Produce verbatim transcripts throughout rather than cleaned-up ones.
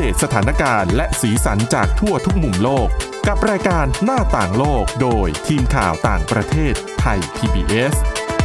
ตสถานการณ์และสีสันจากทั่วทุกมุมโลกกับรายการหน้าต่างโลกโดยทีมข่าวต่างประเทศไทย พี บี เอส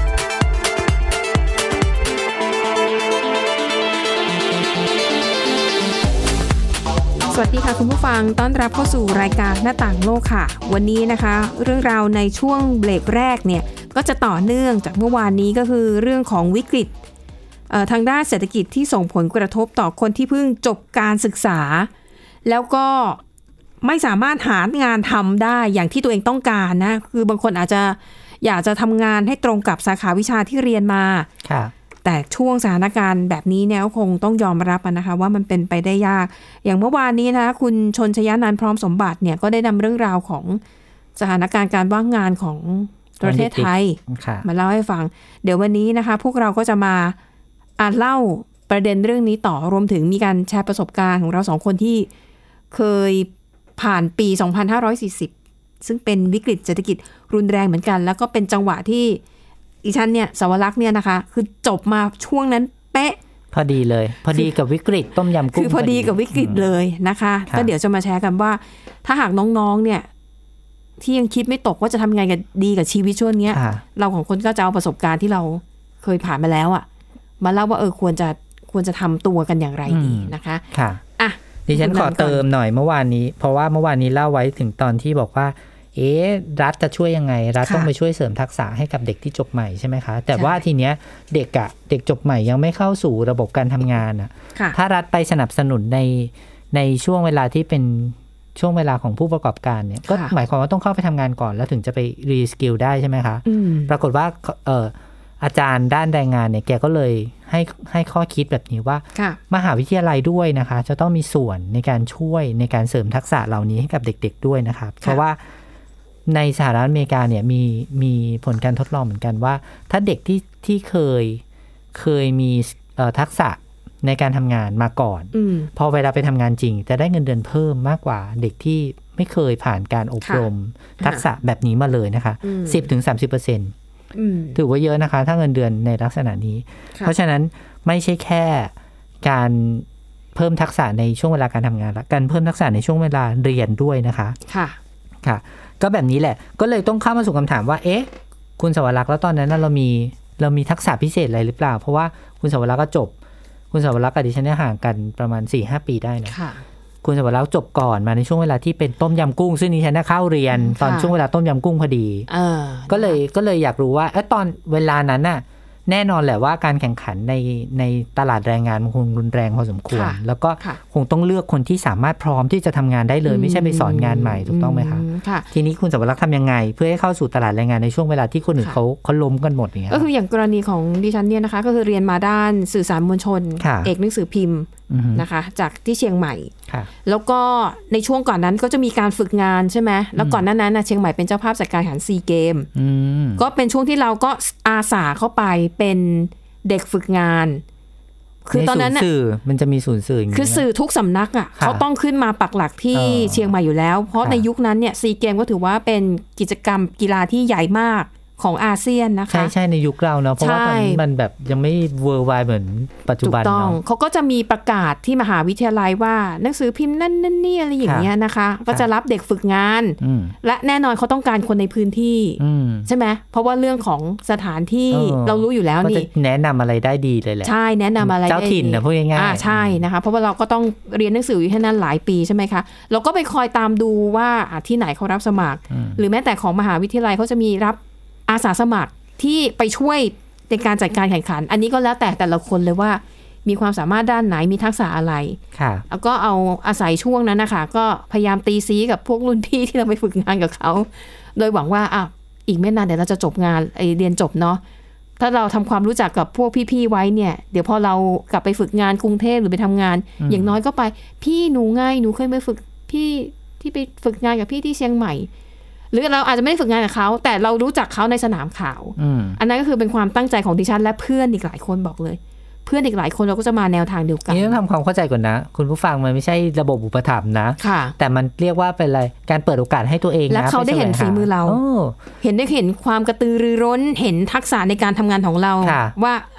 สวัสดีค่ะคุณผู้ฟังต้อนรับเข้าสู่รายการหน้าต่างโลกค่ะวันนี้นะคะเรื่องราวในช่วงเบรกแรกเนี่ยก็จะต่อเนื่องจากเมื่อวานนี้ก็คือเรื่องของวิกฤตทางด้านเศรษฐกิจที่ส่งผลกระทบต่อคนที่เพิ่งจบการศึกษาแล้วก็ไม่สามารถหางานทำได้อย่างที่ตัวเองต้องการนะคือบางคนอาจจะอยากจะทำงานให้ตรงกับสาขาวิชาที่เรียนมาแต่ช่วงสถานการณ์แบบนี้เนี่ยก็คงต้องยอมรับนะคะว่ามันเป็นไปได้ยากอย่างเมื่อวานนี้นะคะคุณชนชยานันท์พร้อมสมบัติเนี่ยก็ได้นำเรื่องราวของสถานการณ์การว่างงานของประเทศไทยมาเล่าให้ฟังเดี๋ยววันนี้นะคะพวกเราก็จะมาอ่านเล่าประเด็นเรื่องนี้ต่อรวมถึงมีการแชร์ประสบการณ์ของเราสองคนที่เคยผ่านปีสองพันห้าร้อยสี่สิบซึ่งเป็นวิกฤตเศรษฐกิจรุนแรงเหมือนกันแล้วก็เป็นจังหวะที่อีฉันเนี่ยสวรักษ์เนี่ยนะคะคือจบมาช่วงนั้นเป๊ะพอดีเลยพอดีกับวิกฤตต้มยำกุ้งคือพอดีกับวิกฤตเลยนะคะก็เดี๋ยวจะมาแชร์กันว่าถ้าหากน้องๆเนี่ยที่ยังคิดไม่ตกว่าจะทำไงกับดีกับชีวิตช่วงนี้เราของคนก็จะเอาประสบการณ์ที่เราเคยผ่านมาแล้วอ่ะมาเล่าว่าเออควรจะควรจะทำตัวกันอย่างไรดีนะคะค่ะอ่ะดิฉันขอเติมหน่อยเมื่อวานนี้เพราะว่าเมื่อวานนี้เล่าไว้ถึงตอนที่บอกว่าเอ๊ะรัฐจะช่วยยังไงรัฐต้องไปช่วยเสริมทักษะให้กับเด็กที่จบใหม่ใช่ไหมคะแต่ว่าทีเนี้ยเด็กอะเด็กจบใหม่ยังไม่เข้าสู่ระบบการทำงานอะถ้ารัฐไปสนับสนุนในในช่วงเวลาที่เป็นช่วงเวลาของผู้ประกอบการเนี่ยก็หมายความว่าต้องเข้าไปทำงานก่อนแล้วถึงจะไปรีสกิลได้ใช่ไหมคะปรากฏว่าเอออาจารย์ด้านแรงงานเนี่ยแกก็เลยให้ให้ข้อคิดแบบนี้ว่ามหาวิทยาลัยด้วยนะคะจะต้องมีส่วนในการช่วยในการเสริมทักษะเหล่านี้ให้กับเด็กๆด้วยนะครับเพราะว่าในสหรัฐอเมริกาเนี่ยมีมีผลการทดลองเหมือนกันว่าถ้าเด็กที่ที่เคยเคยมีทักษะในการทำงานมาก่อนพอเวลาไปทำงานจริงจะได้เงินเดือนเพิ่มมากกว่าเด็กที่ไม่เคยผ่านการอบรมทักษะแบบนี้มาเลยนะคะ สิบถึงสามสิบเปอร์เซ็นต์ ถือว่าเยอะนะคะถ้าเงินเดือนในลักษณะนี้เพราะฉะนั้นไม่ใช่แค่การเพิ่มทักษะในช่วงเวลาการทำงานละการเพิ่มทักษะในช่วงเวลาเรียนด้วยนะคะค่ะค่ะก็แบบนี้แหละก็เลยต้องเข้ามาสู่คำถามว่าเอ๊ะคุณสวรักษ์แล้วตอนนั้นเรามีเรามีทักษะพิเศษอะไรหรือเปล่าเพราะว่าคุณสวรักษ์ก็จบคุณสวรักษ์กับดิฉันเนี่ยห่างกันประมาณ สี่ห้า ปีได้นะคุณสวรักษ์จบก่อนมาในช่วงเวลาที่เป็นต้มยำกุ้งซึ่งดิฉันเข้าเรียนตอนช่วงเวลาต้มยำกุ้งพอดีก็เลยก็เลยอยากรู้ว่าเอ๊ะตอนเวลานั้นน่ะแน่นอนแหละว่าการแข่งขันในในตลาดแรงงานมันคงรุนแรงพอสมควรแล้วก็คงต้องเลือกคนที่สามารถพร้อมที่จะทำงานได้เลยไม่ใช่ไปสอนงานใหม่ถูกต้องไหมคะทีนี้คุณสวรักษ์ทำยังไงเพื่อให้เข้าสู่ตลาดแรงงานในช่วงเวลาที่คนอื่นเขาเขาล้มกันหมดอย่างเงี้ยก็คืออย่างกรณีของดิฉันเนี่ยนะคะก็คือเรียนมาด้านสื่อสารมวลชนเอกหนังสือพิมพ์นะคะจากที่เชียงใหม่แล้วก็ในช่วงก่อนนั้นก็จะมีการฝึกงานใช่ไหมแล้วก่อนหน้านั้นนะเชียงใหม่เป็นเจ้าภาพจัดการแข่งขันซีเกมก็เป็นช่วงที่เราก็อาสาเข้าไปเป็นเด็กฝึกงานคือตอนนั้นสื่อมันจะมีศูนย์สื่อคือสื่อทุกสำนักอ่ะเขาต้องขึ้นมาปักหลักที่เชียงใหม่อยู่แล้วเพราะในยุคนั้นเนี่ยซีเกมก็ถือว่าเป็นกิจกรรมกีฬาที่ใหญ่มากของอาเซียนนะคะใช่ใช่ในยุคเราเนาะเพราะว่าตอนนี้มันแบบยังไม่เวิร์ลไวด์เหมือนปัจจุบันเนาะเขาก็จะมีประกาศที่มหาวิทยาลัยว่าหนังสือพิมพ์นั่นนั่นนี่อะไรอย่างเงี้ยนะคะก็จะรับเด็กฝึกงานและแน่นอนเขาต้องการคนในพื้นที่ใช่ไหมเพราะว่าเรื่องของสถานที่เรารู้อยู่แล้วนี่ก็จะแนะนำอะไรได้ดีเลยแหละใช่แนะนำอะไรเจ้าถิ่นนะพูดง่ายๆใช่นะคะเพราะว่าเราก็ต้องเรียนหนังสืออยู่ที่นั่นหลายปีใช่ไหมคะเราก็ไปคอยตามดูว่าที่ไหนเขารับสมัครหรือแม้แต่ของมหาวิทยาลัยเขาจะมีรับอาสาสมัครที่ไปช่วยในการจัดการแข่งขันอันนี้ก็แล้วแต่แต่ละคนเลยว่ามีความสามารถด้านไหนมีทักษะอะไรแล้วก็เอาอาศัยช่วงนั้นนะคะก็พยายามตีซีกับพวกรุ่นพี่ที่เราไปฝึกงานกับเขาโดยหวังว่าอ่ะอีกไม่นานเดี๋ยวเราจะจบงานไอเรียนจบเนาะถ้าเราทำความรู้จักกับพวกพี่ๆไว้เนี่ยเดี๋ยวพอเรากลับไปฝึกงานกรุงเทพหรือไปทำงานอย่างน้อยก็ไปพี่หนูไงหนูเคยไปฝึกพี่ที่ไปฝึกงานกับพี่ที่เชียงใหม่หรือเราอาจจะไม่ได้ฝึกงานกับเขาแต่เรารู้จักเขาในสนามข่าว อ, อันนั้นก็คือเป็นความตั้งใจของดิฉันและเพื่อนอีกหลายคนบอกเลยเพื่อนอีกหลายคนเราก็จะมาแนวทางเดียวกันนี่ต้องทำความเข้าใจก่อนนะคุณผู้ฟังมันไม่ใช่ระบบอุปถัมภ์นะแต่มันเรียกว่าเป็นอะไรการเปิดโอกาสให้ตัวเองนะและเขาได้เห็นฝีมือเราเห็นได้เห็นความกระตือรือร้นเห็นทักษะในการทำงานของเราว่าอ่ะ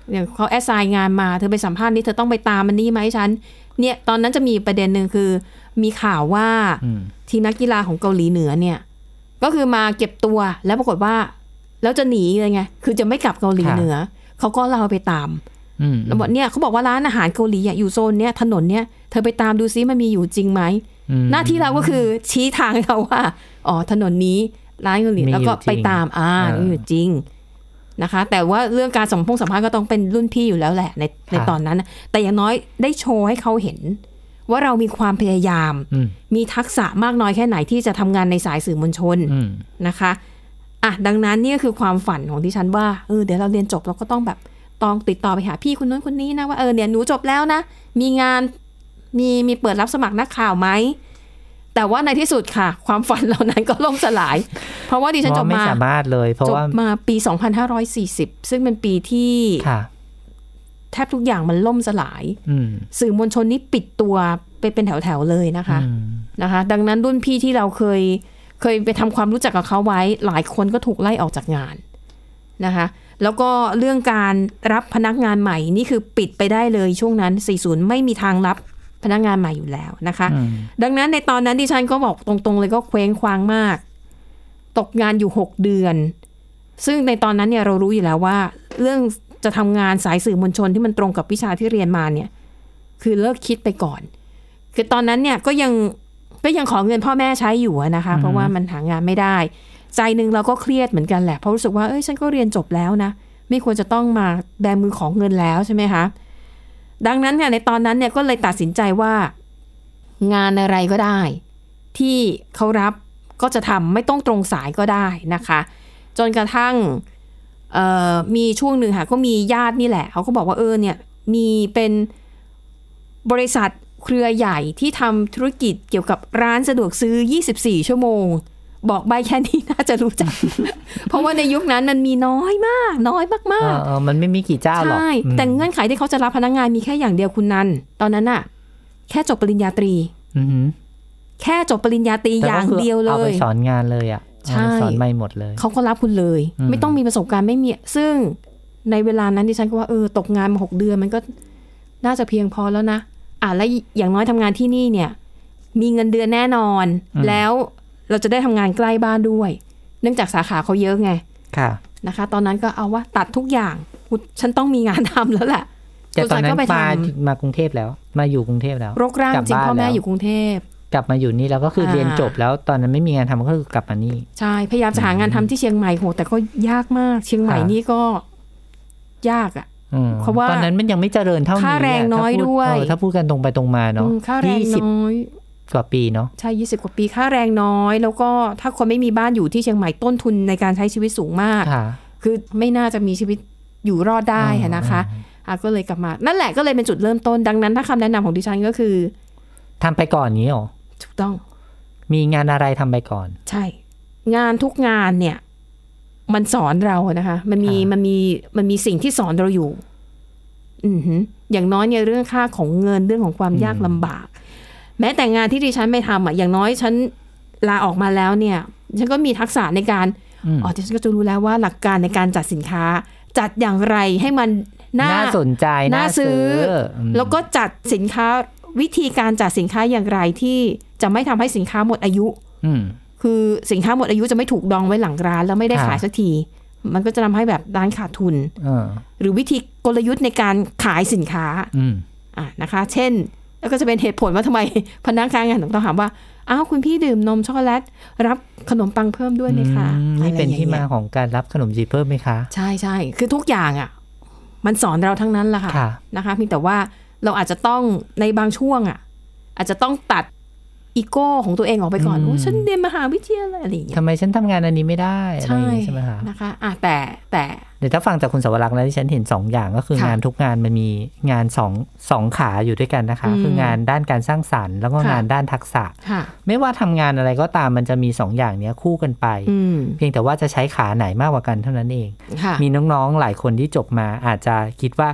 อย่างเขาแอสไซน์งานมาเธอไปสัมภาษณ์นี้เธอต้องไปตามมันนี่ไหมฉันเนี่ยตอนนั้นจะมีประเด็นหนึ่งคือมีข่าวว่าทีมนักกีฬาของเกาหลีเหนือเนี่ยก็คือมาเก็บตัวแล้วปรากฏว่าแล้วจะหนีเลยไงคือจะไม่กลับเกาหลีเหนือเขาก็เล่าไปตามแล้วบอกเนี่ยเขาบอกว่าร้านอาหารเกาหลีอยู่โซนเนี้ยถนนเนี้ยเธอไปตามดูซิมันมีอยู่จริงไหมหน้าที่เราก็คือชี้ทางให้เขาว่าอ๋อถนนนี้ร้านเกาหลีแล้วก็ไปตามอ่านี่อยู่จริงนะคะแต่ว่าเรื่องการสัมพงสัมภาษณ์ก็ต้องเป็นรุ่นพี่อยู่แล้วแหละในในตอนนั้นแต่อย่างน้อยได้โชว์ให้เขาเห็นว่าเรามีความพยายามมีทักษะมากน้อยแค่ไหนที่จะทำงานในสายสื่อมวลชนนะคะอ่ะดังนั้นนี่คือความฝันของดิฉันว่าเออเดี๋ยวเราเรียนจบเราก็ต้องแบบต้องติดต่อไปหาพี่คนนู้นคนนี้นะว่าเออเนี่ยหนูจบแล้วนะมีงานมีมีเปิดรับสมัครนักข่าวไหมแต่ว่าในที่สุดค่ะความฝันเหล่านั้นก็ล่มสลายเพราะว่าดิฉันจบมาไม่สามารถเลยเพราะว่าจบมาปีสองพันห้าร้อยสี่สิบซึ่งเป็นปีที่แทบทุกอย่างมันล่มสลายสื่อมวลชนนี่ปิดตัวไปเป็นแถวๆเลยนะคะนะคะดังนั้นรุ่นพี่ที่เราเคยเคยไปทำความรู้จักกับเขาไว้หลายคนก็ถูกไล่ออกจากงานนะคะแล้วก็เรื่องการรับพนักงานใหม่นี่คือปิดไปได้เลยช่วงนั้นสี่สิบไม่มีทางรับพนักงานใหม่อยู่แล้วนะคะดังนั้นในตอนนั้นดิฉันก็บอกตรงๆเลยก็เคว้งคว้างมากตกงานอยู่หกเดือนซึ่งในตอนนั้นเนี่ยเรารู้อยู่แล้วว่าเรื่องจะทำงานสายสื่อมวลชนที่มันตรงกับวิชาที่เรียนมาเนี่ยคือเลิกคิดไปก่อนคือตอนนั้นเนี่ยก็ยังก็ยังขอเงินพ่อแม่ใช้อยู่นะคะเพราะว่ามันหางานไม่ได้ใจนึงเราก็เครียดเหมือนกันแหละเพราะรู้สึกว่าเอ้ยฉันก็เรียนจบแล้วนะไม่ควรจะต้องมาแบมือของเงินแล้วใช่ไหมคะดังนั้นเนี่ยในตอนนั้นเนี่ยก็เลยตัดสินใจว่างานอะไรก็ได้ที่เขารับก็จะทำไม่ต้องตรงสายก็ได้นะคะจนกระทั่งมีช่วงหนึ่งค่ะก็มีญาตินี่แหละเขาก็บอกว่าเออเนี่ยมีเป็นบริษัทเครือใหญ่ที่ทำธุรกิจเกี่ยวกับร้านสะดวกซื้อยี่สิบสี่ชั่วโมงบอกใบแค่นี้น่าจะรู้จัก เพราะว่าในยุคนั้นมันมีน้อยมากน้อยมากๆเออมันไม่มีกี่เจ้าหรอกใช่แต่เงื่อนไขที่เขาจะรับพนักงานมีแค่อย่างเดียวคุณนันตอนนั้นน่ะแค่จบปริญญาตรีแค่จบปริญญาตรีอย่างเดียวเลยเอาไปสอนงานเลยอ่ะสอนไม่หมดเลยเขาก็รับคุณเลยไม่ต้องมีประสบการณ์ไม่มีซึ่งในเวลานั้นดิฉันก็ว่าเออตกงานมาหกเดือนมันก็น่าจะเพียงพอแล้วนะอ่ะแล้วอย่างน้อยทำงานที่นี่เนี่ยมีเงินเดือนแน่นอนแล้วเราจะได้ทำงานใกล้บ้านด้วยเนื่องจากสาขาเขาเยอะไงค่ะนะคะตอนนั้นก็เอาว่าตัดทุกอย่างฉันต้องมีงานทำแล้วแหละแต่ตอนนั้นมามากรุงเทพแล้วมาอยู่กรุงเทพแล้วรกร่างจริงพ่อแม่อยู่กรุงเทพกลับมาอยู่นี่แล้วก็คือเรียนจบแล้วตอนนั้นไม่มีงานทำก็คือกลับมานี่ใช่พยายามจะหางานทำที่เชียงใหม่โหแต่ก็ยากมากเชียงใหม่นี่ก็ยากอ่ะเพราะว่าตอนนั้นมันยังไม่เจริญเท่านี้ค่าแรงน้อยด้วยถ้าพูดกันตรงไปตรงมาเนาะค่าแรงน้อยกว่าปีเนาะใช่ยี่สิบกว่าปีค่าแรงน้อยแล้วก็ถ้าคนไม่มีบ้านอยู่ที่เชียงใหม่ต้นทุนในการใช้ชีวิตสูงมากคือไม่น่าจะมีชีวิตอยู่รอดได้นะคะก็เลยกลับมานั่นแหละก็เลยเป็นจุดเริ่มต้นดังนั้นถ้าคำแนะนำของดิฉันก็คือทำไปก่อนนี้หรอถูกต้องมีงานอะไรทำไปก่อนใช่งานทุกงานเนี่ยมันสอนเรานะคะมันมีมันมีมันมีสิ่งที่สอนเราอยู่อือหืออย่างน้อยเนี่ยเรื่องค่าของเงินเรื่องของความยากลำบากแม้แต่งานที่ดิฉันไม่ทำอ่ะอย่างน้อยฉันลาออกมาแล้วเนี่ยฉันก็มีทักษะในการอ๋อฉันก็จะรู้แล้วว่าหลักการในการจัดสินค้าจัดอย่างไรให้มันน่าสนใจน่าซื้อแล้วก็จัดสินค้าวิธีการจัดสินค้าอย่างไรที่จะไม่ทำให้สินค้าหมดอายุคือสินค้าหมดอายุจะไม่ถูกดองไว้หลังร้านแล้วไม่ได้ขายสักทีมันก็จะทำให้แบบร้านขาดทุนหรือวิธีกลยุทธ์ในการขายสินค้าอ่ะนะคะเช่นแล้วก็จะเป็นเหตุผลว่าทำไมพนักงานต้องถามว่าอ้าวคุณพี่ดื่มนมช็อกโกแลตรับขนมปังเพิ่มด้วยไหมคะนี่เป็นที่มาของการรับขนมจีเพิ่มไหมคะใช่ใช่คือทุกอย่างอ่ะมันสอนเราทั้งนั้นแหละค่ะนะคะเพียงแต่ว่าเราอาจจะต้องในบางช่วงอ่ะอาจจะต้องตัดอีโก้ของตัวเองออกไปก่อนโอ้ฉันเรียนมหาวิทยาลัยอะไรอย่างเงี้ยทำไมฉันทำงานอันนี้ไม่ได้อะไรใช่ไหมคะนะคะอ่ะแต่แต่เดี๋ยวถ้าฟังจากคุณสวรักษ์แล้วที่ฉันเห็นสองอย่างก็คืองานทุกงานมันมีงานสองสองขาอยู่ด้วยกันนะคะคืองานด้านการสร้างสรรค์แล้วก็งานด้านทักษะไม่ว่าทำงานอะไรก็ตามมันจะมีสองอย่างนี้คู่กันไปเพียงแต่ว่าจะใช้ขาไหนมากกว่ากันเท่านั้นเองมีน้องๆหลายคนที่จบมาอาจจะคิดว่า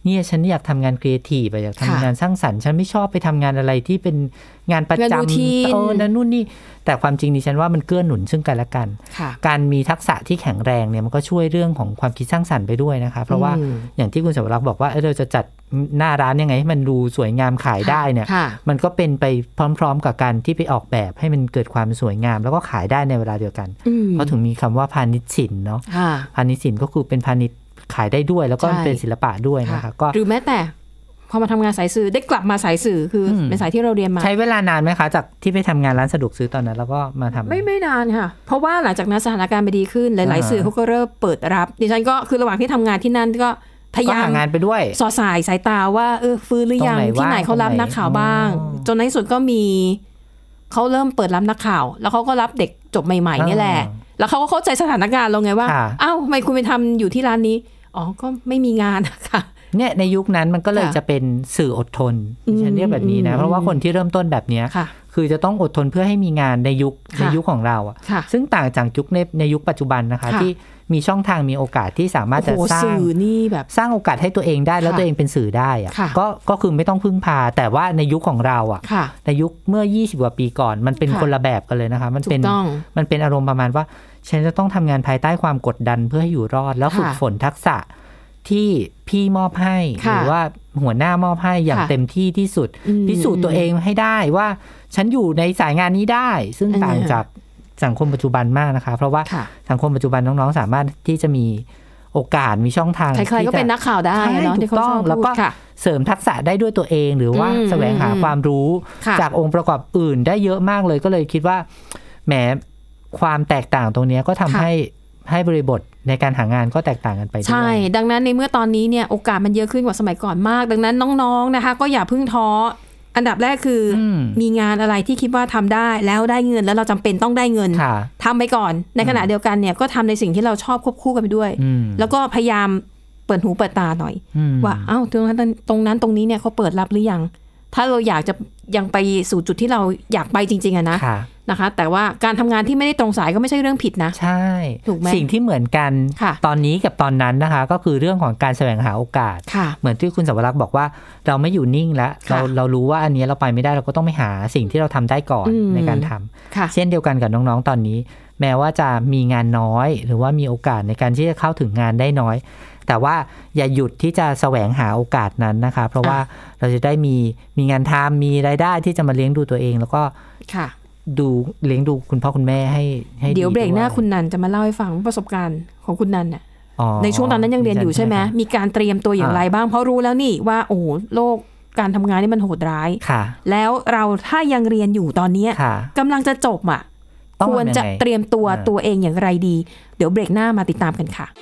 เนี่ยฉันอยากทำงานครีเอทีฟอยากทำงานสร้างสรรค์ฉันไม่ชอบไปทำงานอะไรที่เป็นงานประจำเออนั่นนู่นนี่แต่ความจริงดิฉันว่ามันเกื้อหนุนซึ่งกันและกันการมีทักษะที่แข็งแรงเนี่ยมันก็ช่วยเรื่องของความคิดสร้างสรรค์ไปด้วยนะคะเพราะว่าอย่างที่คุณสวรักษ์บอกว่าเออเราจะจัดหน้าร้านยังไงให้มันดูสวยงามขายได้เนี่ยมันก็เป็นไปพร้อมๆกับการที่ไปออกแบบให้มันเกิดความสวยงามแล้วก็ขายได้ในเวลาเดียวกันเพราะถึงมีคำว่าพาณิชย์ศิลป์เนาะพาณิชย์ศิลป์ก็คือเป็นพาณิชย์ขายได้ด้วยแล้วก็เป็นศิลปะด้วยนะคะก็หรือแม้แต่พอมาทำงานสายสื่อได้กลับมาสายสื่อคือเป็นสายที่เราเรียนมาใช้เวลานานไหมคะจากที่ไปทำงานร้านสะดวกซื้อตอนนั้นแล้วก็มาทำไม่ไม่นานค่ะเพราะว่าหลังจากนั้นสถานการณ์ไปดีขึ้นหลายๆสื่อเขาก็เริ่มเปิดรับดิฉันก็คือระหว่างที่ทำงานที่นั่นก็พยายามงานไปด้วยสอดสายสายตาว่าเออฟื้นหรือยังที่ไหนเขารับนักข่าวบ้างจนในที่สุดก็มีเขาเริ่มเปิดรับนักข่าวแล้วเขาก็รับเด็กจบใหม่ๆนี่แหละแล้วเขาก็เข้าใจสถานการณ์เราไงว่าอ้าวทำไมคุณไปทำอยู่ที่ร้านนี้อ๋อก็ไม่มีงานค่ะเนี่ยในยุคนั้นมันก็เลยจะเป็นสื่ออดทนฉันเรียกแบบนี้นะเพราะว่าคนที่เริ่มต้นแบบนี้คือจะต้องอดทนเพื่อให้มีงานในยุคในยุคของเราอ่ะซึ่งต่างจากยุคในในยุคปัจจุบันนะคะที่มีช่องทางมีโอกาสที่สามารถจะสร้างสร้างโอกาสให้ตัวเองได้แล้วตัวเองเป็นสื่อได้อ่ะก็ก็คือไม่ต้องพึ่งพาแต่ว่าในยุคของเราอ่ะในยุคเมื่อยี่สิบกว่าปีก่อนมันเป็นคนละแบบกันเลยนะคะมันเป็นมันเป็นอารมณ์ประมาณว่าฉันจะต้องทำงานภายใต้ความกดดันเพื่อให้อยู่รอดแล้วฝึกฝนทักษะที่พี่มอบให้หรือว่าหัวหน้ามอบให้อย่างเต็มที่ที่สุดพิสูจน์ตัวเองให้ได้ว่าฉันอยู่ในสายงานนี้ได้ซึ่งต่างจากสังคมปัจจุบันมากนะคะเพราะว่าสังคมปัจจุบันน้องๆสามารถที่จะมีโอกาสมีช่องทางใครๆก็เป็นนักข่าวได้เนาะถูกต้องแล้วก็เสริมทักษะได้ด้วยตัวเองหรือว่าแสวงหาความรู้จากองค์ประกอบอื่นได้เยอะมากเลยก็เลยคิดว่าแหมความแตกต่างตรงนี้ก็ทำให้ให้บริบทในการหางานก็แตกต่างกันไปด้วยใช่ดังนั้นในเมื่อตอนนี้เนี่ยโอกาสมันเยอะขึ้นกว่าสมัยก่อนมากดังนั้นน้องๆนะคะก็อย่าเพิ่งท้ออันดับแรกคือมีงานอะไรที่คิดว่าทำได้แล้วได้เงินแล้วเราจำเป็นต้องได้เงินทำไปก่อนในขณะเดียวกันเนี่ยก็ทำในสิ่งที่เราชอบควบคู่กันไปด้วยแล้วก็พยายามเปิดหูเปิดตาหน่อยว่าอ้าวตรงนั้นตรงนั้นตรงนี้เนี่ยเขาเปิดรับหรือยังถ้าเราอยากจะยังไปสู่จุดที่เราอยากไปจริงๆอะนะนะคะแต่ว่าการทำงานที่ไม่ได้ตรงสายก็ไม่ใช่เรื่องผิดนะใช่ถูกไหมสิ่งที่เหมือนกันตอนนี้กับตอนนั้นนะคะก็คือเรื่องของการแสวงหาโอกาสเหมือนที่คุณสวรักษ์บอกว่าเราไม่อยู่นิ่งแล้วเราเรารู้ว่าอันนี้เราไปไม่ได้เราก็ต้องไปหาสิ่งที่เราทำได้ก่อนในการทำเช่นเดียวกันกับน้องๆตอนนี้แม้ว่าจะมีงานน้อยหรือว่ามีโอกาสในการที่จะเข้าถึงงานได้น้อยแต่ว่าอย่าหยุดที่จะแสวงหาโอกาสนั้นนะคะเพราะว่าเราจะได้มีมีงานทำมีรายได้ที่จะมาเลี้ยงดูตัวเองแล้วก็ดูเลี้ยงดูคุณพ่อคุณแม่ให้ให้เดี๋ยวเบรกหน้าคุณนันจะมาเล่าให้ฟังประสบการณ์ของคุณนันเนี่ยในช่วงตอนนั้นยังเรียนอยู่ใช่ไหมมีการเตรียมตัวอย่างไรบ้างเพราะรู้แล้วนี่ว่าโอ้โหโลกการทำงานนี่มันโหดร้ายแล้วเราถ้ายังเรียนอยู่ตอนนี้กำลังจะจบอ่ะควรจะเตรียมตัวตัวเองอย่างไรดีเดี๋ยวเบรกหน้ามาติดตามกันค่ะ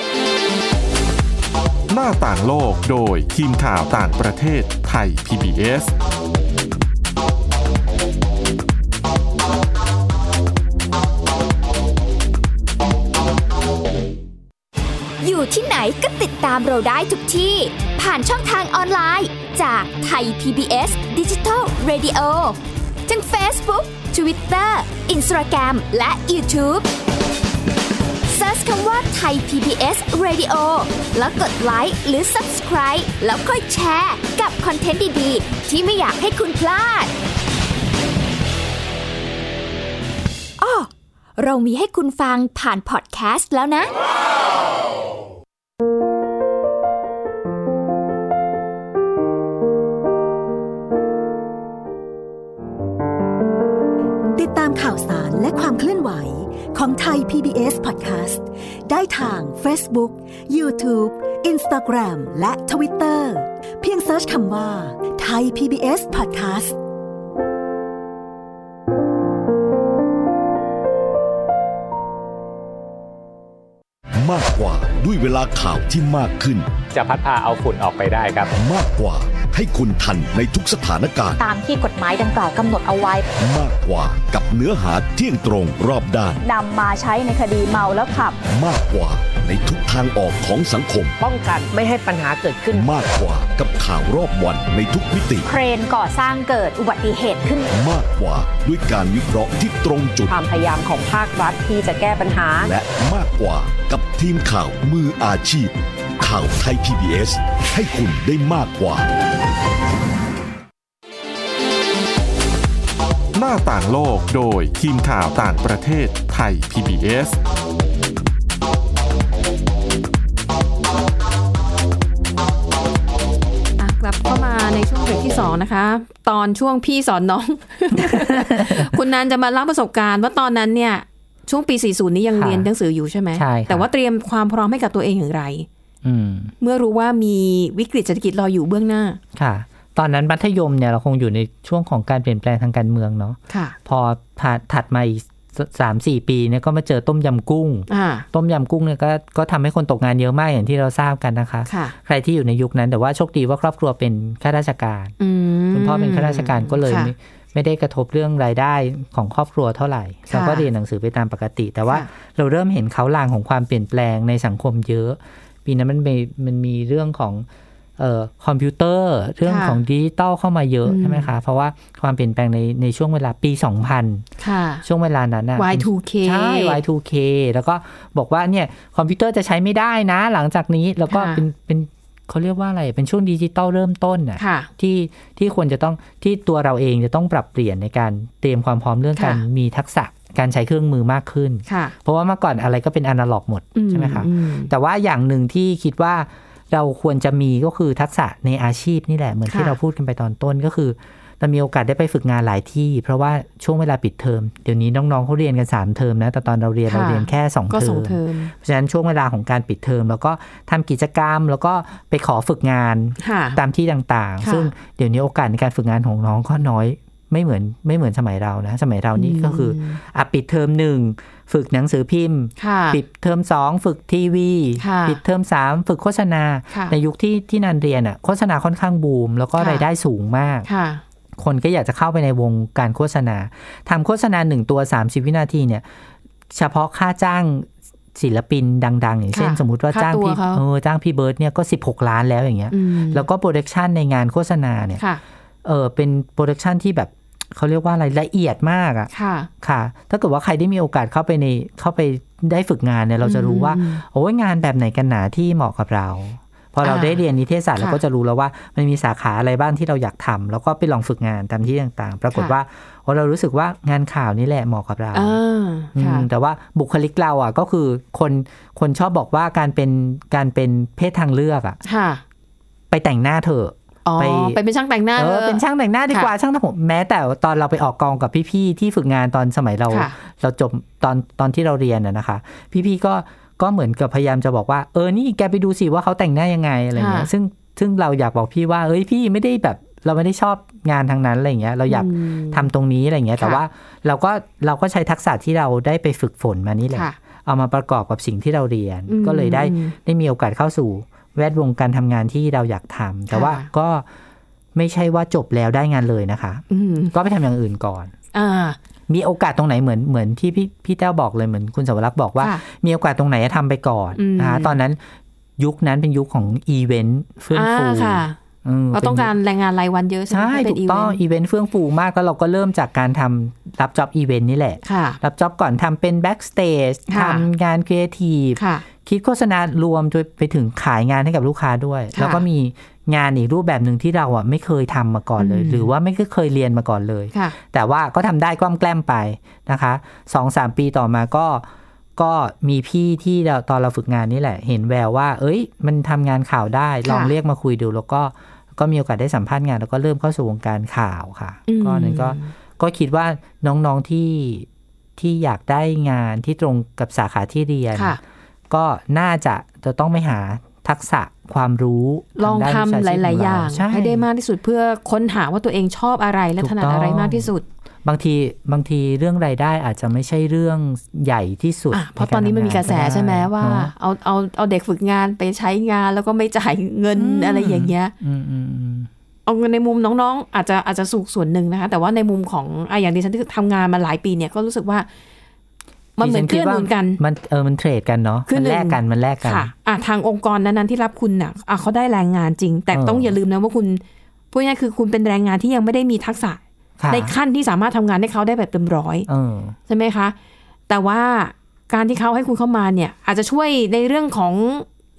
หน้าต่างโลกโดยทีมข่าวต่างประเทศไทย พี บี เอสอยู่ที่ไหนก็ติดตามเราได้ทุกที่ผ่านช่องทางออนไลน์จากไทย พี บี เอส Digital Radio ทั้ง Facebook Twitter Instagram และ YouTubeเซิร์ชคำว่าไทย พี บี เอส Radio แล้วกดไลค์หรือ Subscribe แล้วค่อยแชร์กับคอนเทนต์ดีๆที่ไม่อยากให้คุณพลาดอ้อเรามีให้คุณฟังผ่านพอดแคสต์แล้วนะติดตามข่าวสารและความเคลื่อนไหวของไทย พี บี เอส Podcast ได้ทาง Facebook, YouTube, Instagram และ Twitter เพียงเสิร์ชคำว่าไทย พี บี เอส Podcast มากกว่าด้วยเวลาข่าวที่มากขึ้นจะพัดพาเอาฝุ่นออกไปได้ครับมากกว่าให้คุณทันในทุกสถานการณ์ตามที่กฎหมายดังกล่าวกำหนดเอาไว้มากกว่ากับเนื้อหาเที่ยงตรงรอบด้านนำมาใช้ในคดีเมาแล้วขับมากกว่าในทุกทางออกของสังคมป้องกันไม่ให้ปัญหาเกิดขึ้นมากกว่ากับข่าวรอบวันในทุกมิติเครนก่อสร้างเกิดอุบัติเหตุขึ้นมากกว่าด้วยการวิเคราะห์ที่ตรงจุดความพยายามของภาครัฐที่จะแก้ปัญหาและมากกว่ากับทีมข่าวมืออาชีพข่าวไทย พี บี เอส ให้คุณได้มากกว่าหน้าต่างโลกโดยทีมข่าวต่างประเทศไทย พี บี เอสกลับเข้ามาในช่วงเบรกที่สองนะคะตอนช่วงพี่สอนน้อง คุณนันจะมาเล่าประสบการณ์ว่าตอนนั้นเนี่ยช่วงปีสี่สิบนี้ยังเรียนหนังสืออยู่ใช่ไหมใช่แต่ว่าเตรียมความพร้อมให้กับตัวเองอย่างไรเมื่อรู้ว่ามีวิกฤตเศรษฐกิจรออยู่เบื้องหน้าค่ะตอนนั้นมัธยมเนี่ยเราคงอยู่ในช่วงของการเปลี่ยนแปลงทางการเมืองเนาะพอถัดมาอีกสามสี่ปีเนี่ยก็มาเจอต้มยำกุ้งต้มยำกุ้งเนี่ยก็ก็ทำให้คนตกงานเยอะมากอย่างที่เราทราบกันนะคะใครที่อยู่ในยุคนั้นแต่ว่าโชคดีว่าครอบครัวเป็นข้าราชการคุณพ่อเป็นข้าราชการก็เลยไม่ไม่ได้กระทบเรื่องรายได้ของครอบครัวเท่าไหร่เราก็เรียนหนังสือไปตามปกติแต่ว่าเราเริ่มเห็นเขาลางของความเปลี่ยนแปลงในสังคมเยอะปีนั้นมันมีมันมีเรื่องของเอ่อคอมพิวเตอร์เรื่องของดิจิตอลเข้ามาเยอะใช่ไหมคะเพราะว่าความเปลี่ยนแปลงในในช่วงเวลาปีสองพันค่ะช่วงเวลานั้นน่ะวาย ทู เคใช่ วาย ทู เค แล้วก็บอกว่าเนี่ยคอมพิวเตอร์จะใช้ไม่ได้นะหลังจากนี้แล้วก็เป็นเป็นเขาเรียกว่าอะไรเป็นช่วงดิจิตอลเริ่มต้นน่ะที่ที่ควรจะต้องที่ตัวเราเองจะต้องปรับเปลี่ยนในการเตรียมความพร้อมเรื่องการมีทักษะการใช้เครื่องมือมากขึ้นเพราะว่าเมื่อก่อนอะไรก็เป็นอนาล็อกหมดใช่ไหมคะแต่ว่าอย่างหนึ่งที่คิดว่าเราควรจะมีก็คือทักษะในอาชีพนี่แหละเหมือนที่เราพูดกันไปตอนต้นก็คือเรามีโอกาสได้ไปฝึกงานหลายที่เพราะว่าช่วงเวลาปิดเทอมเดี๋ยวนี้น้องๆเขาเรียนกันสามเทอมนะแต่ตอนเราเรียนเราเรียนแค่สองเทอมเพราะฉะนั้นช่วงเวลาของการปิดเทอมแล้วก็ทำกิจกรรมแล้วก็ไปขอฝึกงานตามที่ต่างๆซึ่งเดี๋ยวนี้โอกาสในการฝึกงานของน้องก็น้อยไม่เหมือนไม่เหมือนสมัยเรานะสมัยเรานี่ก็คืออ่ะปิดเทอมหนึ่งฝึกหนังสือพิมพ์ปิดเทอมสองฝึกทีวีปิดเทอมสามฝึกโฆษณาในยุคที่ที่นันเรียนอ่ะโฆษณาค่อนข้างบูมแล้วก็รายได้สูงมากคนก็อยากจะเข้าไปในวงการโฆษณาทำโฆษณาหนึ่งตัวสามสิบวินาทีเนี่ยเฉพาะค่าจ้างศิลปินดังๆอย่างเช่นสมมุติว่าจ้างพี่เออจ้างพี่เบิร์ดเนี่ยก็สิบหกล้านแล้วอย่างเงี้ยแล้วก็โปรดักชันในงานโฆษณาเนี่ยเออเป็นโปรดักชันที่แบบเขาเรียกว่าอะไรละเอียดมากอ่ะค่ะค่ะถ้าเกิดว่าใครได้มีโอกาสเข้าไปในเข้าไปได้ฝึกงานเนี่ยเราจะรู้ว่าโอ้ยงานแบบไหนกันหนาที่เหมาะกับเราพอเราได้เรียนนิเทศศาสตร์เราก็จะรู้แล้วว่ามันมีสาขาอะไรบ้างที่เราอยากทำแล้วก็ไปลองฝึกงานตามที่ต่างๆปรากฏว่าเรารู้สึกว่างานข่าวนี่แหละเหมาะกับเราแต่ว่าบุคลิกเราอ่ะก็คือคนคนชอบบอกว่าการเป็นการเป็นเพศทางเลือกอ่ะไปแต่งหน้าเถอะไปไปเป็นช่างแต่งหน้าเออเป็นช่างแต่งหน้าดีกว่าช่างทำผมแม้แต่ตอนเราไปออกกองกับพี่ๆที่ฝึกงานตอนสมัยเราเราจบตอนตอนที่เราเรียนน่ะนะคะพี่ๆก็ก็เหมือนกับพยายามจะบอกว่าเออนี่แกไปดูสิว่าเขาแต่งหน้ายังไงอะไรเงี้ยซึ่งซึ่งเราอยากบอกพี่ว่าเอ้ยพี่ไม่ได้แบบเราไม่ได้ชอบงานทางนั้นอะไรเงี้ยเราอยากทำตรงนี้อะไรเงี้ยแต่ว่าเราก็เราก็ใช้ทักษะที่เราได้ไปฝึกฝนมานี่แหละเอามาประกอบกับสิ่งที่เราเรียนก็เลยได้ได้มีโอกาสเข้าสู่แวดวงการทำงานที่เราอยากทำแต่ว่าก็ไม่ใช่ว่าจบแล้วได้งานเลยนะคะก็ไปทำอย่างอื่นก่อนมีโอกาสตรงไหนเหมือนเหมือนที่พี่พี่แต้วบอกเลยเหมือนคุณสวรักษ์บอกว่ามีโอกาสตรงไหนทำไปก่อนนะคะตอนนั้นยุคนั้นเป็นยุคของอีเวนต์เฟื่องฟูเราต้องการแรงงานรายวันเยอะใช่ไหมใช่ถูกต้องอีเวนต์เฟื่องฟูมากแล้วเราก็เริ่มจากการทำรับจ็อบอีเวนต์นี่แหละรับจ็อบก่อนทำเป็นแบ็กสเตจทำงานครีเอทีฟคิดโฆษณารวมจนไปถึงขายงานให้กับลูกค้าด้วยแล้วก็มีงานอีกรูปแบบหนึ่งที่เราอ่ะไม่เคยทำมาก่อนเลยหรือว่าไม่เคยเรียนมาก่อนเลยแต่ว่าก็ทำได้กล้อมแกล้มไปนะคะ สองถึงสาม ปีต่อมาก็ก็มีพี่ที่เราตอนเราฝึกงานนี่แหละเห็นแววว่าเอ้ยมันทำงานข่าวได้ลองเรียกมาคุยดูแล้วก็ก็มีโอกาสได้สัมภาษณ์งานแล้วก็เริ่มเข้าสู่วงการข่าวค่ะก็นั้นก็ก็คิดว่าน้องๆที่ที่อยากได้งานที่ตรงกับสาขาที่เรียนก็น่าจะจะต้องไม่หาทักษะความรู้ลองทำหลายๆอย่างให้ได้มากที่สุดเพื่อค้นหาว่าตัวเองชอบอะไรและถนัดอะไรมากที่สุดบางทีบางทีเรื่องรายได้อาจจะไม่ใช่เรื่องใหญ่ที่สุดเพราะตอนนี้มันมีกระแสใช่ไหมว่าเอาเอาเอาเด็กฝึกงานไปใช้งานแล้วก็ไม่จ่ายเงินอะไรอย่างเงี้ยเอาเงินในมุมน้องๆอาจจะอาจจะสูงส่วนหนึ่งนะคะแต่ว่าในมุมของอ่ะอย่างดิฉันที่ทำงานมาหลายปีเนี่ยก็รู้สึกว่ามันเหมือนเกื้อหนุนกันมันเออมันเทรดกันเนาะมันแลกกันมันแลกกันค่ะอ่ะทางองค์กรนั้นๆที่รับคุณน่ะอ่ะเขาได้แรงงานจริงแต่ต้องอย่าลืมนะว่าคุณพูดง่ายๆคือคุณเป็นแรงงานที่ยังไม่ได้มีทักษะในขั้นที่สามารถทำงานให้เขาได้แบบเต็มร้อยใช่ไหมคะแต่ว่าการที่เขาให้คุณเข้ามาเนี่ยอาจจะช่วยในเรื่องของ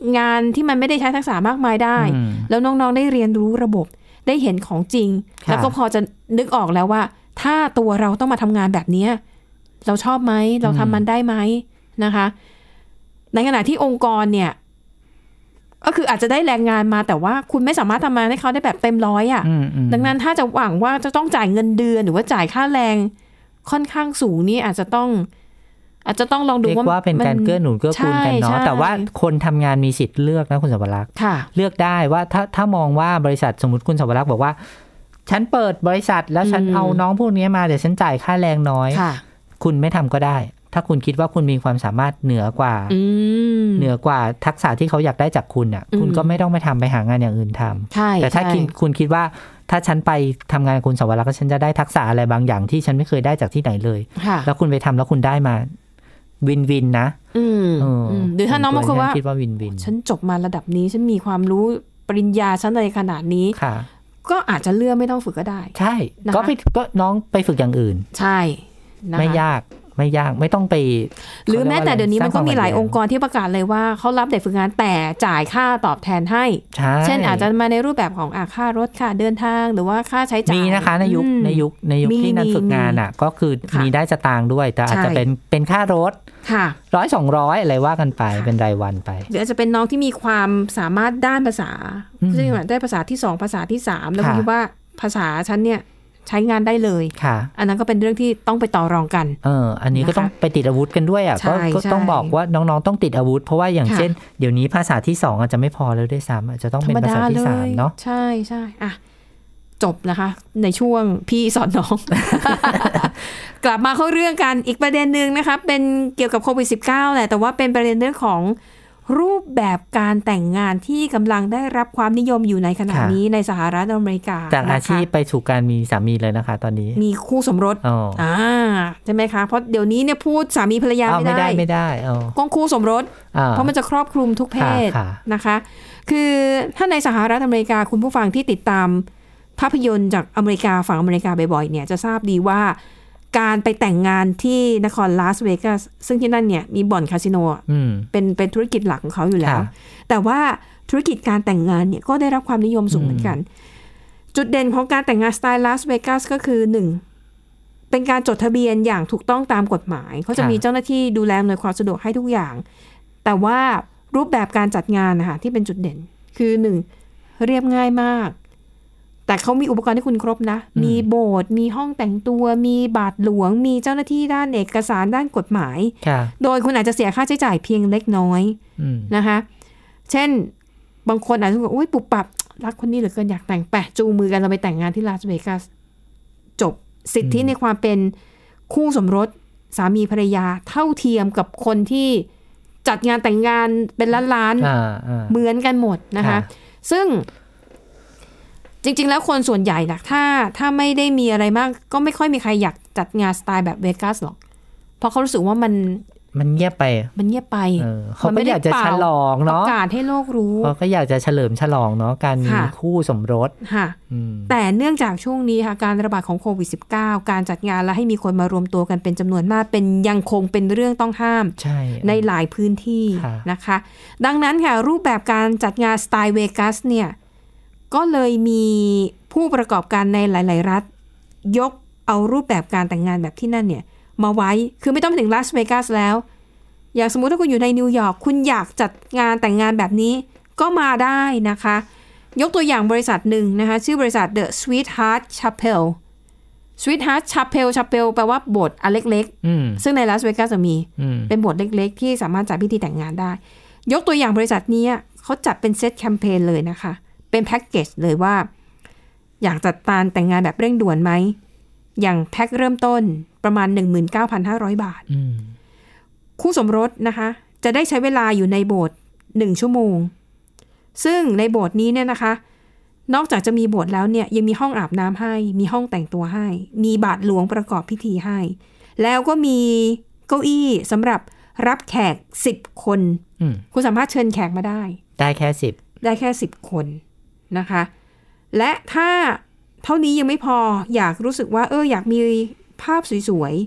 งานที่มันไม่ได้ใช้ทักษะมากมายได้แล้วน้องๆได้เรียนรู้ระบบได้เห็นของจริงแล้วก็พอจะนึกออกแล้วว่าถ้าตัวเราต้องมาทำงานแบบนี้เราชอบไหมเราทำมันได้ไหมนะคะในขณะที่องค์กรเนี่ยก็คืออาจจะได้แรงงานมาแต่ว่าคุณไม่สามารถทำงานให้เขาได้แบบเต็มร้อยอ่ะดังนั้นถ้าจะหวังว่าจะต้องจ่ายเงินเดือนหรือว่าจ่ายค่าแรงค่อนข้างสูงนี่อาจจะต้องอาจจะต้องลองดูว่าว่าเป็นการเกื้อหนุนเกื้อกูลกันเนาะแต่ว่าคนทำงานมีสิทธิ์เลือกนะคุณสวรักษ์เลือกได้ว่าถ้าถ้ามองว่าบริษัทสมมติคุณสวรักษ์บอกว่าฉันเปิดบริษัทแล้วฉันเอาน้องพวกนี้มาเดี๋ยวฉันจ่ายค่าแรงน้อยคุณไม่ทำก็ได้ถ้าคุณคิดว่าคุณมีความสามารถเหนือกว่าเหนือกว่าทักษะที่เขาอยากได้จากคุณอ่ะคุณก็ไม่ต้องไปทำไปหางานอย่างอื่นทำแต่ถ้าคุณคิดว่าถ้าฉันไปทำงานคุณสวรักษ์ฉันจะได้ทักษะอะไรบางอย่างที่ฉันไม่เคยได้จากที่ไหนเลยแล้วคุณไปทำแล้วคุณได้มาวินวินนะหรือถ้าน้องบางคนว่าคิดว่าวินวินฉันจบมาระดับนี้ฉันมีความรู้ปริญญาชั้นอะไรขนาดนี้ก็อาจจะเลือกไม่ต้องฝึกก็ได้ใช่ก็ไปก็น้องไปฝึกอย่างอื่นใช่ไม่ยากไม่ยากไม่ต้องไปหรือแม้แต่เดี๋ยวนี้มันก็มีหลายองค์กรที่ประกาศเลยว่าเขารับเด็กฝึกงานแต่จ่ายค่าตอบแทนให้เช่นอาจจะมาในรูปแบบของอ่ะค่ารถค่าเดินทางหรือว่าค่าใช้จ่ายมีนะคะในยุคในยุคในยุคที่นักฝึกงานอ่ะก็คือมีได้สตางค์ด้วยแต่อาจจะเป็นเป็นค่ารถร้อยสองร้อยอะไรว่ากันไปเป็นรายวันไปหรืออาจจะเป็นน้องที่มีความสามารถด้านภาษาซึ่งได้ภาษาที่สองภาษาที่สามแล้วคิดว่าภาษาฉันเนี่ยใช้งานได้เลยอันนั้นก็เป็นเรื่องที่ต้องไปต่อรองกันเอออันนี้ก็ต้องไปติดอาวุธกันด้วยอ่ะก็ต้องบอกว่าน้องๆต้องติดอาวุธเพราะว่าอย่างเช่นเดี๋ยวนี้ภาษาที่สองอาจจะไม่พอแล้วด้วยซ้ำอาจจะต้องเป็นภาษาที่สามเนาะใช่ใช่อ่ะจบนะคะในช่วงพี่สอนน้อง กลับมาเข้าเรื่องกันอีกประเด็นนึงนะคะเป็นเกี่ยวกับโควิด สิบเก้า แหละแต่ว่าเป็นประเด็นเรื่องของรูปแบบการแต่งงานที่กำลังได้รับความนิยมอยู่ในขณะนี้ในสหรัฐอเมริกาจากอาชีพไปสู่การมีสามีเลยนะคะตอนนี้มีคู่สมรสอ่าใช่ไหมคะเพราะเดี๋ยวนี้เนี่ยพูดสามีภรรยาไม่ได้ไม่ได้ก้องคู่สมรสเพราะมันจะครอบคลุมทุกเพศนะคะคือถ้าในสหรัฐอเมริกาคุณผู้ฟังที่ติดตามภาพยนตร์จากอเมริกาฝั่งอเมริกาบ่อยๆเนี่ยจะทราบดีว่าการไปแต่งงานที่นครลาสเวกัสซึ่งที่นั่นเนี่ยมีบ่อนคาสิโนเป็นเป็นธุรกิจหลักของเขาอยู่แล้วแต่ว่าธุรกิจการแต่งงานเนี่ยก็ได้รับความนิยมสูงเหมือนกันจุดเด่นของการแต่งงานสไตล์ลาสเวกัสก็คือหนึ่งเป็นการจดทะเบียนอย่างถูกต้องตามกฎหมายเขาจะมีเจ้าหน้าที่ดูแลอำนวยความสะดวกให้ทุกอย่างแต่ว่ารูปแบบการจัดงานนะคะที่เป็นจุดเด่นคือหนึ่งเรียบง่ายมากแต่เขามีอุปกรณ์ที่คุณครบนะมีโบสถ์มีห้องแต่งตัวมีบาทหลวงมีเจ้าหน้าที่ด้านเอกสารด้านกฎหมายโดยคุณอาจจะเสียค่าใช้จ่ายเพียงเล็กน้อยนะคะเช่นบางคนอาจจะบอกอุ้ยปุบปับรักคนนี้เหลือเกินอยากแต่งแปะจูงมือกันเราไปแต่งงานที่ลาสเวกัสจบสิทธิในความเป็นคู่สมรสสามีภรรยาเท่าเทียมกับคนที่จัดงานแต่งงานเป็นล้านๆเหมือนกันหมดนะคะซึ่งจริงๆแล้วคนส่วนใหญ่นะถ้าถ้าไม่ได้มีอะไรมากก็ไม่ค่อยมีใครอยากจัดงานสไตล์แบบเวกัสหรอกเพราะเขารู้สึกว่ามันมันเงียบไปมันเงียบไปเขาไม่อยากจะฉลองเนาะประกาศให้โลกรู้เขาก็อยากจะเฉลิมฉลองเนาะการมีคู่สมรสค่ะแต่เนื่องจากช่วงนี้ค่ะการระบาดของโควิด สิบเก้า การจัดงานและให้มีคนมารวมตัวกันเป็นจำนวนมากเป็นยังคงเป็นเรื่องต้องห้ามใ, ในหลายพื้นที่นะคะดังนั้นค่ะรูปแบบการจัดงานสไตล์เวกัสเนี่ยก็เลยมีผู้ประกอบการในหลายๆรัฐยกเอารูปแบบการแต่งงานแบบที่นั่นเนี่ยมาไว้คือไม่ต้องไปถึงลาสเวกัสแล้วอย่างสมมุติถ้าคุณอยู่ในนิวยอร์กคุณอยากจัดงานแต่งงานแบบนี้ก็มาได้นะคะยกตัวอย่างบริษัทหนึ่งนะคะชื่อบริษัท The Sweetheart Chapel Sweetheart Chapel Chapel แปลว่าโบสถ์อันเล็กๆซึ่งในลาสเวกัสจะมีเป็นโบสถ์เล็กๆที่สามารถจัดพิธีแต่งงานได้ยกตัวอย่างบริษัทนี้เขาจัดเป็นเซตแคมเปญเลยนะคะเป็นแพ็กเกจเลยว่าอยากจัดการแต่งงานแบบเร่งด่วนไหมอย่างแพ็คเริ่มต้นประมาณ หนึ่งหมื่นเก้าพันห้าร้อย บาทคู่สมรสนะคะจะได้ใช้เวลาอยู่ในโบสถ์หนึ่งชั่วโมงซึ่งในโบสถ์นี้เนี่ยนะคะนอกจากจะมีโบสถ์แล้วเนี่ยยังมีห้องอาบน้ำให้มีห้องแต่งตัวให้มีบาทหลวงประกอบพิธีให้แล้วก็มีเก้าอี้สำหรับรับแขกสิบคนคุณสามารถเชิญแขกมาได้ได้แค่สิบได้แค่สิบคนนะคะและถ้าเท่านี้ยังไม่พออยากรู้สึกว่าเอออยากมีภาพสวยๆ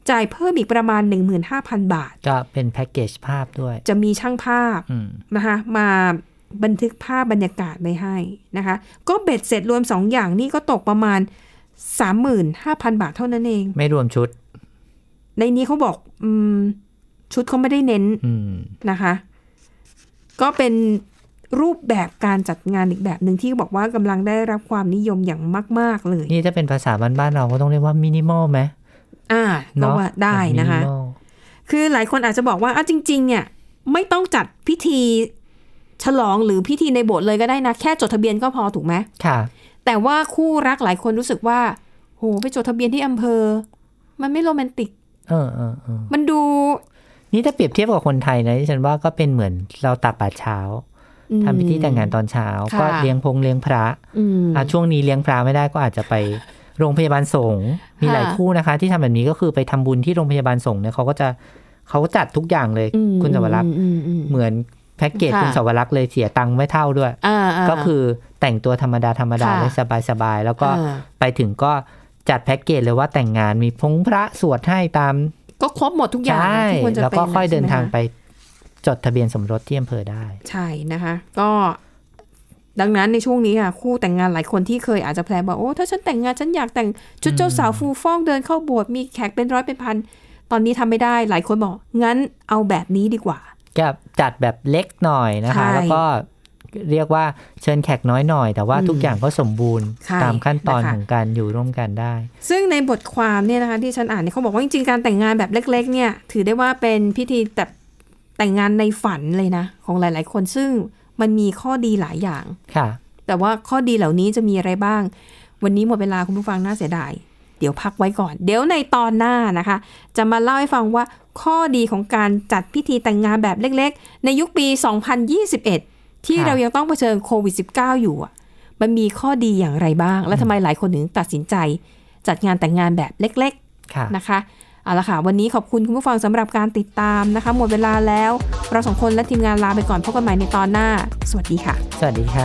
จ่ายเพิ่มอีกประมาณ หนึ่งหมื่นห้าพัน บาทก็เป็นแพ็กเกจภาพด้วยจะมีช่างภาพนะคะมาบันทึกภาพบรรยากาศไว้ให้นะคะก็เบ็ดเสร็จรวมสองอย่างนี่ก็ตกประมาณ สามหมื่นห้าพัน บาทเท่านั้นเองไม่รวมชุดในนี้เขาบอกอืมชุดเขาไม่ได้เน้นนะคะก็เป็นรูปแบบการจัดงานอีกแบบหนึ่งที่บอกว่ากำลังได้รับความนิยมอย่างมากๆเลยนี่ถ้าเป็นภาษาบ้านๆเราก็ต้องเรียกว่ามินิมอลไหมอ่าก็ว่าได้นะคะคือหลายคนอาจจะบอกว่าอ่ะจริงๆเนี่ยไม่ต้องจัดพิธีฉลองหรือพิธีในโบสถ์เลยก็ได้นะแค่จดทะเบียนก็พอถูกไหมค่ะแต่ว่าคู่รักหลายคนรู้สึกว่าโหไปจดทะเบียนที่อำเภอมันไม่โรแมนติกเออเออเออมันดูนี่ถ้าเปรียบเทียบกับคนไทยนะที่ฉันว่าก็เป็นเหมือนเราตักบาตรเช้าทำพิธีแต่งงานตอนเช้าก็เลี้ยงพงเลี้ยงพระอ่ะช่วงนี้เลี้ยงพระไม่ได้ก็อาจจะไปโรงพยาบาลสงฆ์มีหลายคู่นะคะที่ทำแบบนี้ก็คือไปทำบุญที่โรงพยาบาลสงฆ์เนี่ยเขาก็จะเขาจัดทุกอย่างเลยคุณสวรักษ์เหมือนแพ็กเกจคุณสวรักษ์เลยเสียตังค์ไม่เท่าด้วยก็คือแต่งตัวธรรมดาธรรมดาได้สบายๆแล้วก็ไปถึงก็จัดแพ็กเกจเลยว่าแต่งงานมีพงพระสวดให้ตามก็ครบหมดทุกอย่างที่ควรจะเป็นแล้วก็ค่อยเดินทางไปจดทะเบียนสมรสที่อำเภอได้ใช่นะคะก็ดังนั้นในช่วงนี้ค่ะคู่แต่งงานหลายคนที่เคยอาจจะแพลนบอกโอ้ถ้าฉันแต่งงานฉันอยากแต่งชุดเจ้าสาวฟูฟ่องเดินเข้าโบสถ์มีแขกเป็นร้อยเป็นพันตอนนี้ทำไม่ได้หลายคนบอกงั้นเอาแบบนี้ดีกว่าจะจัดแบบเล็กหน่อยนะคะแล้วก็เรียกว่าเชิญแขกน้อยหน่อยแต่ว่าทุกอย่างก็สมบูรณ์ตามขั้นตอนของการอยู่ร่วมกันได้ซึ่งในบทความเนี่ยนะคะที่ฉันอ่านเนี่ยเขาบอกว่าจริงๆการแต่งงานแบบเล็กๆเนี่ยถือได้ว่าเป็นพิธีแต่แต่งงานในฝันเลยนะของหลายๆคนซึ่งมันมีข้อดีหลายอย่างค่ะแต่ว่าข้อดีเหล่านี้จะมีอะไรบ้างวันนี้หมดเวลาคุณผู้ฟังน่าเสียดายเดี๋ยวพักไว้ก่อนเดี๋ยวในตอนหน้านะคะจะมาเล่าให้ฟังว่าข้อดีของการจัดพิธีแต่งงานแบบเล็กๆในยุคปีสองพันยี่สิบเอ็ดที่เรายังต้องเผชิญโควิด สิบเก้า อยู่อ่ะมันมีข้อดีอย่างไรบ้างและทำไมหลายคนถึงตัดสินใจจัดงานแต่งงานแบบเล็กๆนะคะเอาละค่ะวันนี้ขอบคุณคุณผู้ฟังสำหรับการติดตามนะคะหมดเวลาแล้วเราสองคนและทีมงานลาไปก่อนพบกันใหม่ในตอนหน้าสวัสดีค่ะสวัสดีค่ะ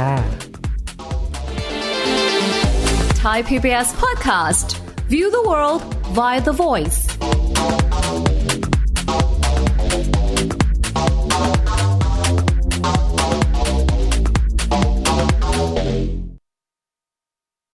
Thai พี บี เอส Podcast View the world via the voice